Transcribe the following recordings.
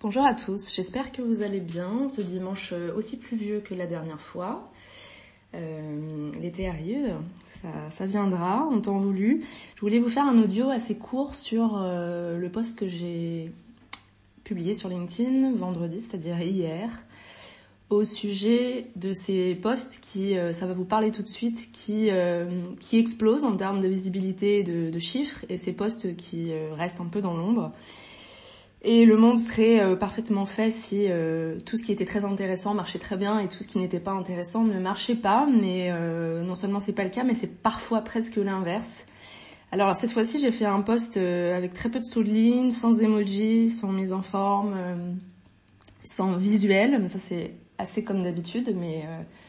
Bonjour à tous, j'espère que vous allez bien, ce dimanche aussi pluvieux que la dernière fois. L'été arrive, ça viendra, en temps voulu. Je voulais vous faire un audio assez court sur le post que j'ai publié sur LinkedIn vendredi, c'est-à-dire hier, au sujet de ces posts qui, ça va vous parler tout de suite, qui explosent en termes de visibilité et de chiffres, et ces posts qui restent un peu dans l'ombre. Et le monde serait parfaitement fait si tout ce qui était très intéressant marchait très bien et tout ce qui n'était pas intéressant ne marchait pas. Mais non seulement c'est pas le cas, mais c'est parfois presque l'inverse. Alors cette fois-ci, j'ai fait un post avec très peu de sous-lignes, sans emoji, sans mise en forme, sans visuel. Mais ça c'est assez comme d'habitude. Mais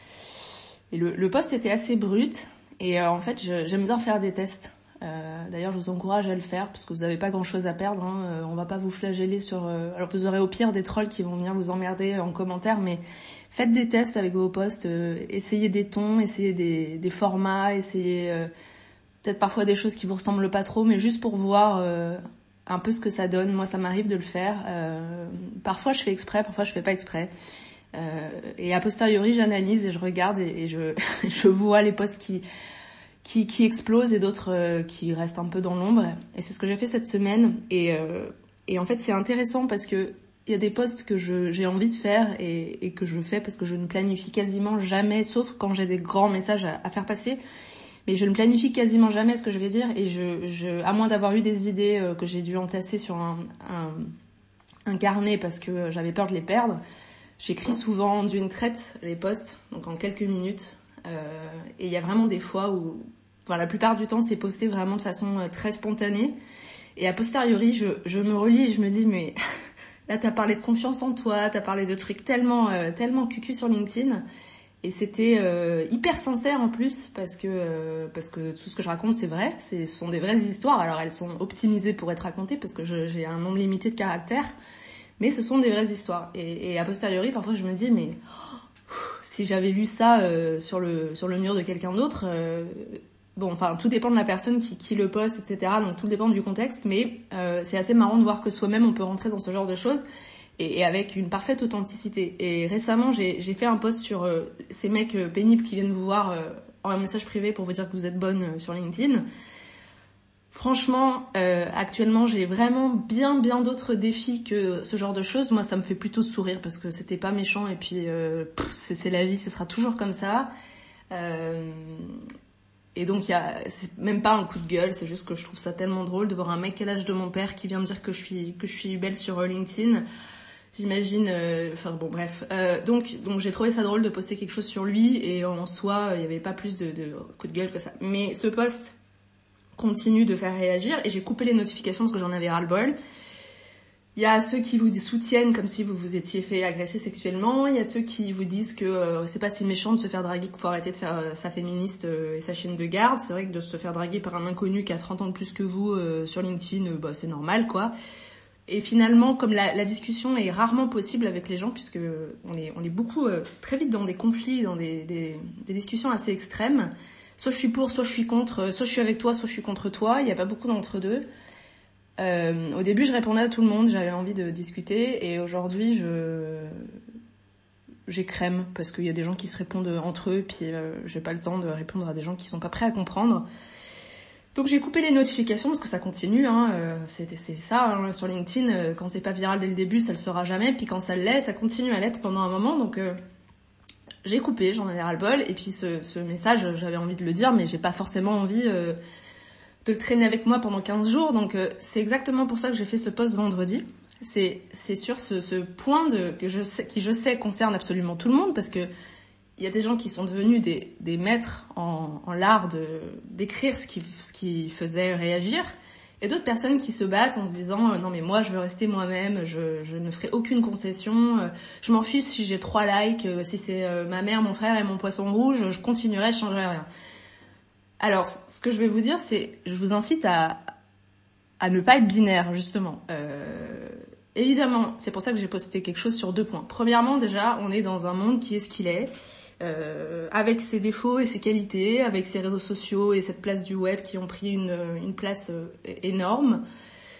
le post était assez brut. Et en fait, j'aime bien faire des tests. D'ailleurs, je vous encourage à le faire parce que vous n'avez pas grand-chose à perdre. On va pas vous flageller sur. Alors, vous aurez au pire des trolls qui vont venir vous emmerder en commentaire, mais faites des tests avec vos posts. Essayez des tons, essayez des formats, essayez peut-être parfois des choses qui vous ressemblent pas trop, mais juste pour voir un peu ce que ça donne. Moi, ça m'arrive de le faire. Parfois, je fais exprès, parfois je fais pas exprès. Et a posteriori, j'analyse et je regarde et je vois les posts qui explosent et d'autres qui restent un peu dans l'ombre. Et c'est ce que j'ai fait cette semaine. Et en fait, c'est intéressant parce que il y a des posts que j'ai envie de faire et que je fais parce que je ne planifie quasiment jamais, sauf quand j'ai des grands messages à faire passer. Mais je ne planifie quasiment jamais ce que je vais dire. Et à moins d'avoir eu des idées que j'ai dû entasser sur un carnet parce que j'avais peur de les perdre, j'écris souvent d'une traite les posts, donc en quelques minutes. Et il y a vraiment des fois où, enfin, la plupart du temps, c'est posté vraiment de façon très spontanée. Et a posteriori, je me relis et je me dis, mais là, t'as parlé de confiance en toi, t'as parlé de trucs tellement cucu sur LinkedIn. Et c'était hyper sincère en plus, parce que tout ce que je raconte, c'est vrai. Ce sont des vraies histoires. Alors, elles sont optimisées pour être racontées, parce que j'ai un nombre limité de caractères. Mais ce sont des vraies histoires. Et a posteriori, parfois, je me dis, mais si j'avais lu ça sur le mur de quelqu'un d'autre, bon, enfin, tout dépend de la personne qui le poste, etc. Donc tout dépend du contexte, mais c'est assez marrant de voir que soi-même on peut rentrer dans ce genre de choses et avec une parfaite authenticité. Et récemment, j'ai fait un post sur ces mecs pénibles qui viennent vous voir en un message privé pour vous dire que vous êtes bonne sur LinkedIn. Franchement, actuellement, j'ai vraiment bien d'autres défis que ce genre de choses. Moi, ça me fait plutôt sourire parce que c'était pas méchant et puis c'est la vie, ce sera toujours comme ça. Et donc, c'est même pas un coup de gueule, c'est juste que je trouve ça tellement drôle de voir un mec à l'âge de mon père qui vient de dire que je suis belle sur LinkedIn. J'imagine, enfin bon bref. Donc j'ai trouvé ça drôle de poster quelque chose sur lui et en soi, il y avait pas plus de coup de gueule que ça. Mais ce post continue de faire réagir et j'ai coupé les notifications parce que j'en avais ras-le-bol. Il y a ceux qui vous soutiennent comme si vous vous étiez fait agresser sexuellement. Il y a ceux qui vous disent que c'est pas si méchant de se faire draguer, qu'il faut arrêter de faire sa féministe et sa chienne de garde. C'est vrai que de se faire draguer par un inconnu qui a 30 ans de plus que vous sur LinkedIn, c'est normal quoi. Et finalement, comme la discussion est rarement possible avec les gens, puisque on est beaucoup très vite dans des conflits, dans des discussions assez extrêmes. Soit je suis pour, soit je suis contre, soit je suis avec toi, soit je suis contre toi. Il n'y a pas beaucoup d'entre-deux. Au début, je répondais à tout le monde, j'avais envie de discuter. Et aujourd'hui, j'écrème, parce qu'il y a des gens qui se répondent entre eux, puis j'ai pas le temps de répondre à des gens qui sont pas prêts à comprendre. Donc j'ai coupé les notifications parce que ça continue, c'est ça, sur LinkedIn, quand c'est pas viral dès le début, ça le sera jamais, puis quand ça l'est, ça continue à l'être pendant un moment, donc j'ai coupé, j'en avais ras-le-bol, et puis ce message, j'avais envie de le dire, mais j'ai pas forcément envie de le traîner avec moi pendant 15 jours, donc c'est exactement pour ça que j'ai fait ce post vendredi. C'est sur ce point qui je sais concerne absolument tout le monde, parce que il y a des gens qui sont devenus des maîtres en l'art d'écrire ce qui faisait réagir, et d'autres personnes qui se battent en se disant non mais moi je veux rester moi-même, je ne ferai aucune concession, je m'en fiche si j'ai 3 likes, si c'est ma mère, mon frère et mon poisson rouge, je continuerai, je changerai rien. Alors ce que je vais vous dire, c'est je vous incite à ne pas être binaire justement. Évidemment, c'est pour ça que j'ai posté quelque chose sur 2 points. Premièrement, déjà, on est dans un monde qui est ce qu'il est. Avec ses défauts et ses qualités, avec ses réseaux sociaux et cette place du web qui ont pris une place énorme.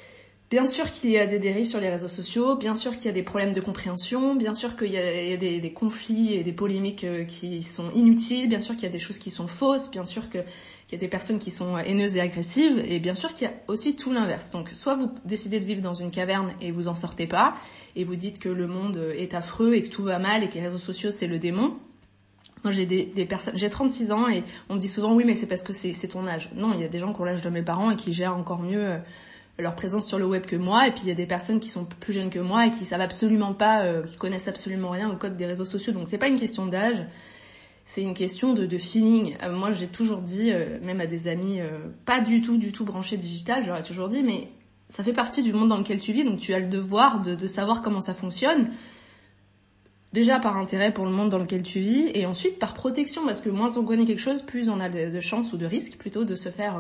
Bien sûr qu'il y a des dérives sur les réseaux sociaux, bien sûr qu'il y a des problèmes de compréhension, bien sûr qu'il y a des conflits et des polémiques qui sont inutiles, bien sûr qu'il y a des choses qui sont fausses, bien sûr qu'il y a des personnes qui sont haineuses et agressives, et bien sûr qu'il y a aussi tout l'inverse. Donc soit vous décidez de vivre dans une caverne et vous en sortez pas, et vous dites que le monde est affreux et que tout va mal et que les réseaux sociaux c'est le démon. Moi j'ai des personnes, j'ai 36 ans et on me dit souvent oui mais c'est parce que c'est ton âge. Non, il y a des gens qui ont l'âge de mes parents et qui gèrent encore mieux leur présence sur le web que moi, et puis il y a des personnes qui sont plus jeunes que moi et qui savent absolument pas, qui connaissent absolument rien au code des réseaux sociaux. Donc c'est pas une question d'âge, c'est une question de feeling. Moi j'ai toujours dit, même à des amis pas du tout branchés digital, j'aurais toujours dit mais ça fait partie du monde dans lequel tu vis, donc tu as le devoir de savoir comment ça fonctionne. Déjà par intérêt pour le monde dans lequel tu vis, et ensuite par protection, parce que moins on connaît quelque chose, plus on a de chances ou de risques plutôt de se faire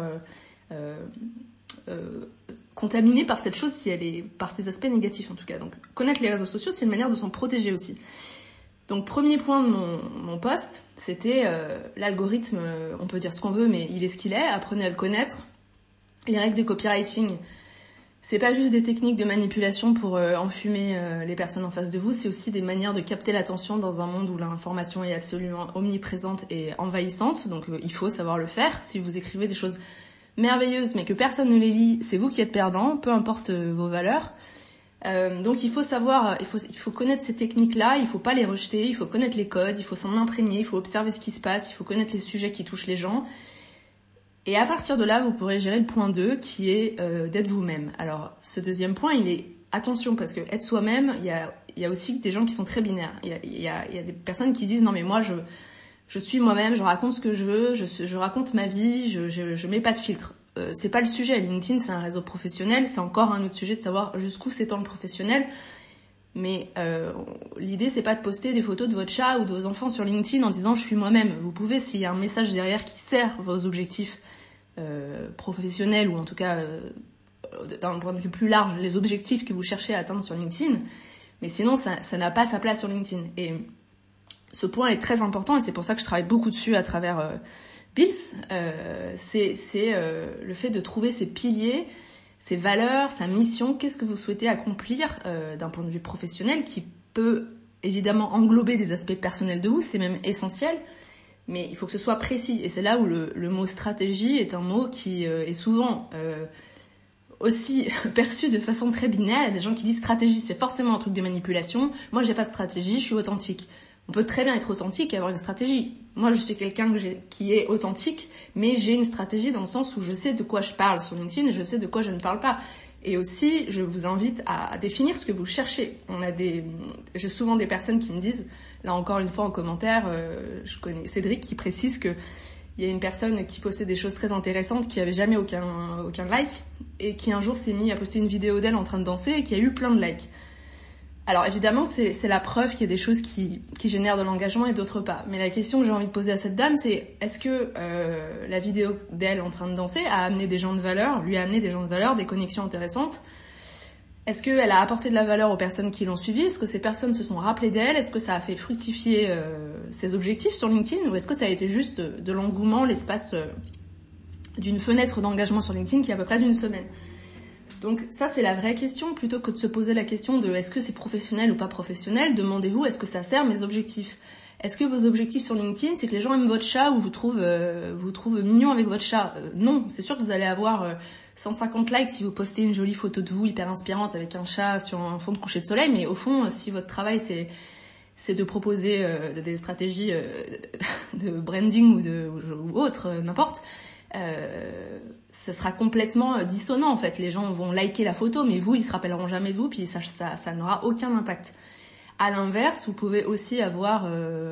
contaminée par cette chose si elle est par ses aspects négatifs en tout cas. Donc connaître les réseaux sociaux, c'est une manière de s'en protéger aussi. Donc premier point de mon post, c'était l'algorithme, on peut dire ce qu'on veut mais il est ce qu'il est, apprenez à le connaître. Les règles de copywriting, c'est pas juste des techniques de manipulation pour enfumer les personnes en face de vous, c'est aussi des manières de capter l'attention dans un monde où l'information est absolument omniprésente et envahissante, donc il faut savoir le faire. Si vous écrivez des choses merveilleuses mais que personne ne les lit, c'est vous qui êtes perdant, peu importe vos valeurs. Donc il faut savoir, il faut connaître ces techniques-là, il faut pas les rejeter, il faut connaître les codes, il faut s'en imprégner, il faut observer ce qui se passe, il faut connaître les sujets qui touchent les gens. Et à partir de là, vous pourrez gérer le point 2 qui est d'être vous-même. Alors ce deuxième point, il est attention parce que être soi-même, il y a aussi des gens qui sont très binaires. Il y a des personnes qui disent non mais moi je suis moi-même, je raconte ce que je veux, je raconte ma vie, je mets pas de filtre. C'est pas le sujet. LinkedIn, c'est un réseau professionnel, c'est encore un autre sujet de savoir jusqu'où s'étend le professionnel. Mais l'idée, c'est pas de poster des photos de votre chat ou de vos enfants sur LinkedIn en disant je suis moi-même. Vous pouvez, s'il y a un message derrière qui sert vos objectifs professionnels ou en tout cas d'un point de vue plus large, les objectifs que vous cherchez à atteindre sur LinkedIn. Mais sinon, ça n'a pas sa place sur LinkedIn. Et ce point est très important et c'est pour ça que je travaille beaucoup dessus à travers Bills. C'est le fait de trouver ses piliers, ses valeurs, sa mission. Qu'est-ce que vous souhaitez accomplir d'un point de vue professionnel qui peut évidemment englober des aspects personnels de vous, c'est même essentiel. Mais il faut que ce soit précis. Et c'est là où le mot stratégie est un mot qui est souvent aussi perçu de façon très binaire. Il y a des gens qui disent stratégie, c'est forcément un truc de manipulation. Moi, j'ai pas de stratégie, je suis authentique. On peut très bien être authentique et avoir une stratégie. Moi, je suis quelqu'un qui est authentique, mais j'ai une stratégie dans le sens où je sais de quoi je parle sur LinkedIn et je sais de quoi je ne parle pas. Et aussi, je vous invite à définir ce que vous cherchez. J'ai souvent des personnes qui me disent, là encore une fois en commentaire, je connais Cédric qui précise que il y a une personne qui postait des choses très intéressantes qui avait jamais aucun like et qui un jour s'est mis à poster une vidéo d'elle en train de danser et qui a eu plein de likes. Alors évidemment, c'est la preuve qu'il y a des choses qui génèrent de l'engagement et d'autres pas. Mais la question que j'ai envie de poser à cette dame, c'est est-ce que la vidéo d'elle en train de danser a amené des gens de valeur, lui a amené des gens de valeur, des connexions intéressantes? Est-ce qu'elle a apporté de la valeur aux personnes qui l'ont suivie? Est-ce que ces personnes se sont rappelées d'elle? Est-ce que ça a fait fructifier ses objectifs sur LinkedIn? Ou est-ce que ça a été juste de l'engouement, l'espace d'une fenêtre d'engagement sur LinkedIn qui est à peu près d'une semaine? Donc ça, c'est la vraie question, plutôt que de se poser la question de est-ce que c'est professionnel ou pas professionnel, demandez-vous est-ce que ça sert mes objectifs? Est-ce que vos objectifs sur LinkedIn, c'est que les gens aiment votre chat ou vous trouvent mignon avec votre chat? Non, c'est sûr que vous allez avoir 150 likes si vous postez une jolie photo de vous hyper inspirante avec un chat sur un fond de coucher de soleil, mais au fond, si votre travail c'est de proposer des stratégies de branding ou autre, n'importe, ça sera complètement dissonant en fait. Les gens vont liker la photo, mais vous, ils se rappelleront jamais de vous, puis ça n'aura aucun impact. À l'inverse, vous pouvez aussi avoir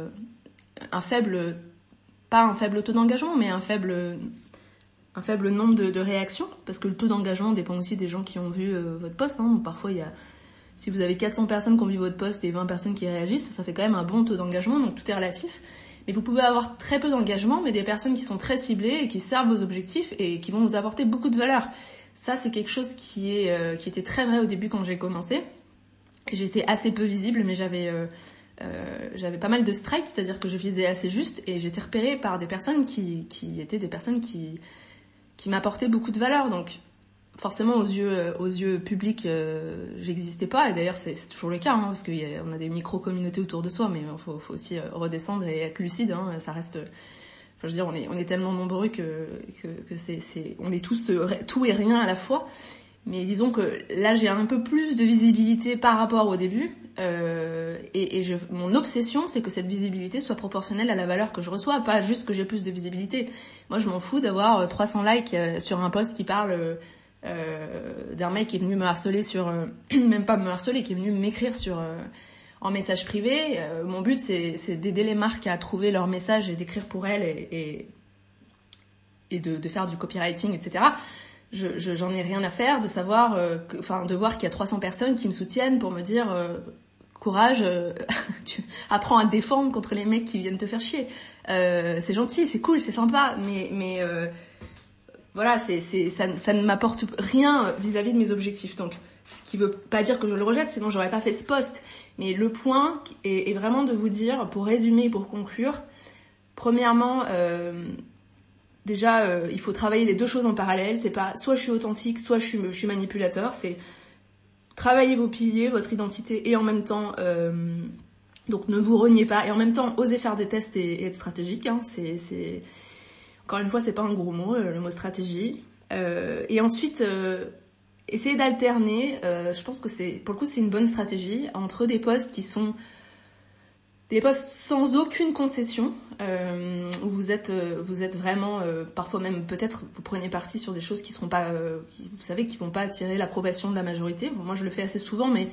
pas un faible taux d'engagement, mais un faible nombre de réactions, parce que le taux d'engagement dépend aussi des gens qui ont vu votre post. Donc parfois, si vous avez 400 personnes qui ont vu votre post et 20 personnes qui réagissent, ça fait quand même un bon taux d'engagement, donc tout est relatif. Mais vous pouvez avoir très peu d'engagement, mais des personnes qui sont très ciblées et qui servent vos objectifs et qui vont vous apporter beaucoup de valeur. Ça, c'est quelque chose qui était très vrai au début quand j'ai commencé. J'étais assez peu visible, mais j'avais pas mal de strikes, c'est-à-dire que je visais assez juste et j'étais repérée par des personnes qui étaient des personnes qui m'apportaient beaucoup de valeur. Donc, forcément aux yeux publics, j'existais pas, et d'ailleurs c'est toujours le cas, hein, parce qu'on a des micro-communautés autour de soi, mais faut aussi redescendre et être lucide, hein, ça reste... Enfin, je veux dire, on est tellement nombreux que on est tous tout et rien à la fois. Mais disons que là, j'ai un peu plus de visibilité par rapport au début. Mon obsession, c'est que cette visibilité soit proportionnelle à la valeur que je reçois, pas juste que j'ai plus de visibilité. Moi, je m'en fous d'avoir 300 likes sur un post qui parle d'un mec qui est venu me harceler sur... même pas me harceler, qui est venu m'écrire en message privé. Mon but, c'est d'aider les marques à trouver leur message et d'écrire pour elles et de faire du copywriting, etc. J'en ai rien à faire de savoir, de voir qu'il y a 300 personnes qui me soutiennent pour me dire courage, tu apprends à te défendre contre les mecs qui viennent te faire chier. C'est gentil, c'est cool, c'est sympa, mais voilà, ça ne m'apporte rien vis-à-vis de mes objectifs. Donc, ce qui veut pas dire que je le rejette, sinon j'aurais pas fait ce post. Mais le point est vraiment de vous dire, pour résumer, pour conclure, premièrement, déjà, il faut travailler les deux choses en parallèle. C'est pas soit je suis authentique, soit je suis manipulateur. C'est travailler vos piliers, votre identité, et en même temps, donc ne vous reniez pas, et en même temps, osez faire des tests et être stratégique. Hein. Encore une fois, c'est pas un gros mot, le mot stratégie. Et ensuite, essayez d'alterner. Je pense que pour le coup, c'est une bonne stratégie entre des posts qui sont des posts sans aucune concession, où vous êtes vraiment, parfois même peut-être vous prenez parti sur des choses qui seront pas, vous savez, qui vont pas attirer l'approbation de la majorité. Bon, moi je le fais assez souvent, mais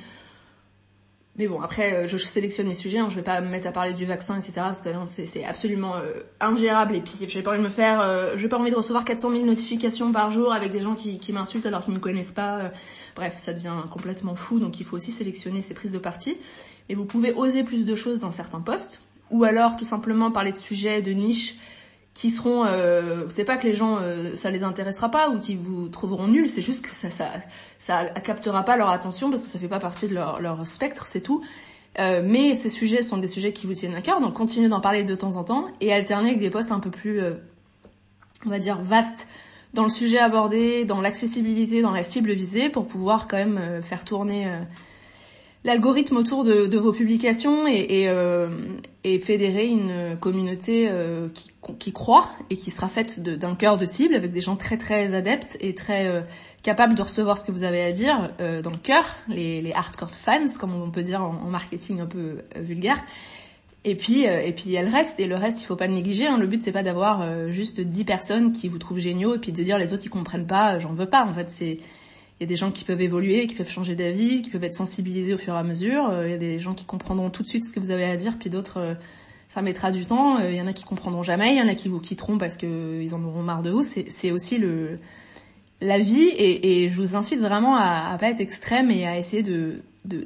bon, après je sélectionne les sujets, hein, je vais pas me mettre à parler du vaccin, etc. parce que non, c'est absolument ingérable, et puis j'ai pas envie de recevoir 400 000 notifications par jour avec des gens qui m'insultent alors qu'ils me connaissent pas. Bref, ça devient complètement fou, donc il faut aussi sélectionner ses prises de parti. Et vous pouvez oser plus de choses dans certains posts, ou alors tout simplement parler de sujets, de niches qui seront, c'est pas que les gens ça les intéressera pas ou qui vous trouveront nuls, c'est juste que ça captera pas leur attention parce que ça fait pas partie de leur spectre, c'est tout. Mais ces sujets sont des sujets qui vous tiennent à cœur, donc continuez d'en parler de temps en temps et alternez avec des posts un peu plus, on va dire, vastes dans le sujet abordé, dans l'accessibilité, dans la cible visée, pour pouvoir quand même faire tourner l'algorithme autour de vos publications et fédérer une communauté qui croit et qui sera faite d'un cœur de cible avec des gens très très adeptes et très capables de recevoir ce que vous avez à dire dans le cœur, les hardcore fans, comme on peut dire en marketing un peu vulgaire. Et puis il reste, et le reste il faut pas le négliger, hein. Le but c'est pas d'avoir juste 10 personnes qui vous trouvent géniaux et puis de dire les autres ils comprennent pas, j'en veux pas. En fait, il y a des gens qui peuvent évoluer, qui peuvent changer d'avis, qui peuvent être sensibilisés au fur et à mesure. Il y a des gens qui comprendront tout de suite ce que vous avez à dire, puis d'autres, ça mettra du temps. Il y en a qui comprendront jamais, il y en a qui vous quitteront parce que ils en auront marre de vous. C'est aussi la vie, et je vous incite vraiment à pas être extrême et à essayer de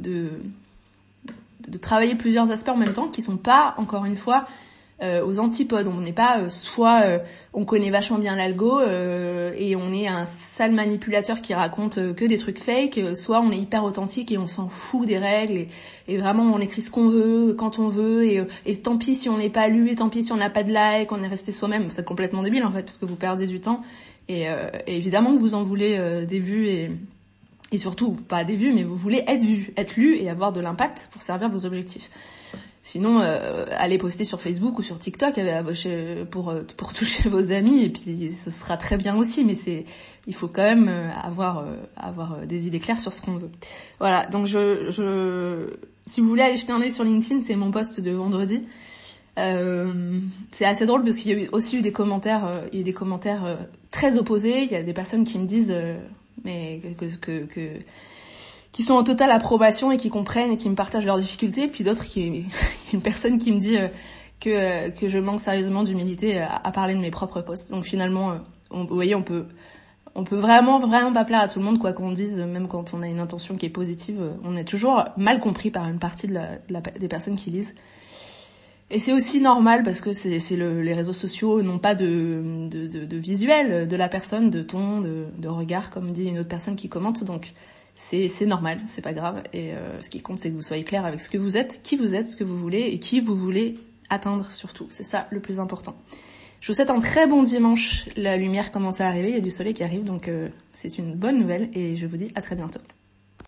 travailler plusieurs aspects en même temps qui sont pas, encore une fois, aux antipodes. On n'est pas soit on connaît vachement bien l'algo et on est un sale manipulateur qui raconte que des trucs fake, soit on est hyper authentique et on s'en fout des règles et vraiment on écrit ce qu'on veut quand on veut et tant pis si on n'est pas lu, et tant pis si on n'a pas de like, on est resté soi-même. C'est complètement débile en fait parce que vous perdez du temps et évidemment que vous en voulez des vues et surtout pas des vues, mais vous voulez être vu, être lu et avoir de l'impact pour servir vos objectifs. Sinon, allez poster sur Facebook ou sur TikTok pour toucher vos amis, et puis ce sera très bien aussi, mais il faut quand même avoir des idées claires sur ce qu'on veut. Voilà, donc si vous voulez aller jeter un œil sur LinkedIn, c'est mon post de vendredi. C'est assez drôle parce qu'il y a aussi eu des commentaires, très opposés. Il y a des personnes qui me disent mais qui sont en totale approbation et qui comprennent et qui me partagent leurs difficultés, puis d'autres une personne qui me dit que je manque sérieusement d'humilité à parler de mes propres posts. Donc finalement, vous voyez, on peut vraiment pas plaire à tout le monde, quoi qu'on dise, même quand on a une intention qui est positive, on est toujours mal compris par une partie des personnes qui lisent. Et c'est aussi normal parce que les réseaux sociaux n'ont pas de visuel de la personne, de ton, de regard, comme dit une autre personne qui commente, donc c'est normal, c'est pas grave, et ce qui compte c'est que vous soyez clair avec ce que vous êtes, qui vous êtes, ce que vous voulez et qui vous voulez atteindre surtout. C'est ça le plus important. Je vous souhaite un très bon dimanche. La lumière commence à arriver, il y a du soleil qui arrive, donc c'est une bonne nouvelle et je vous dis à très bientôt.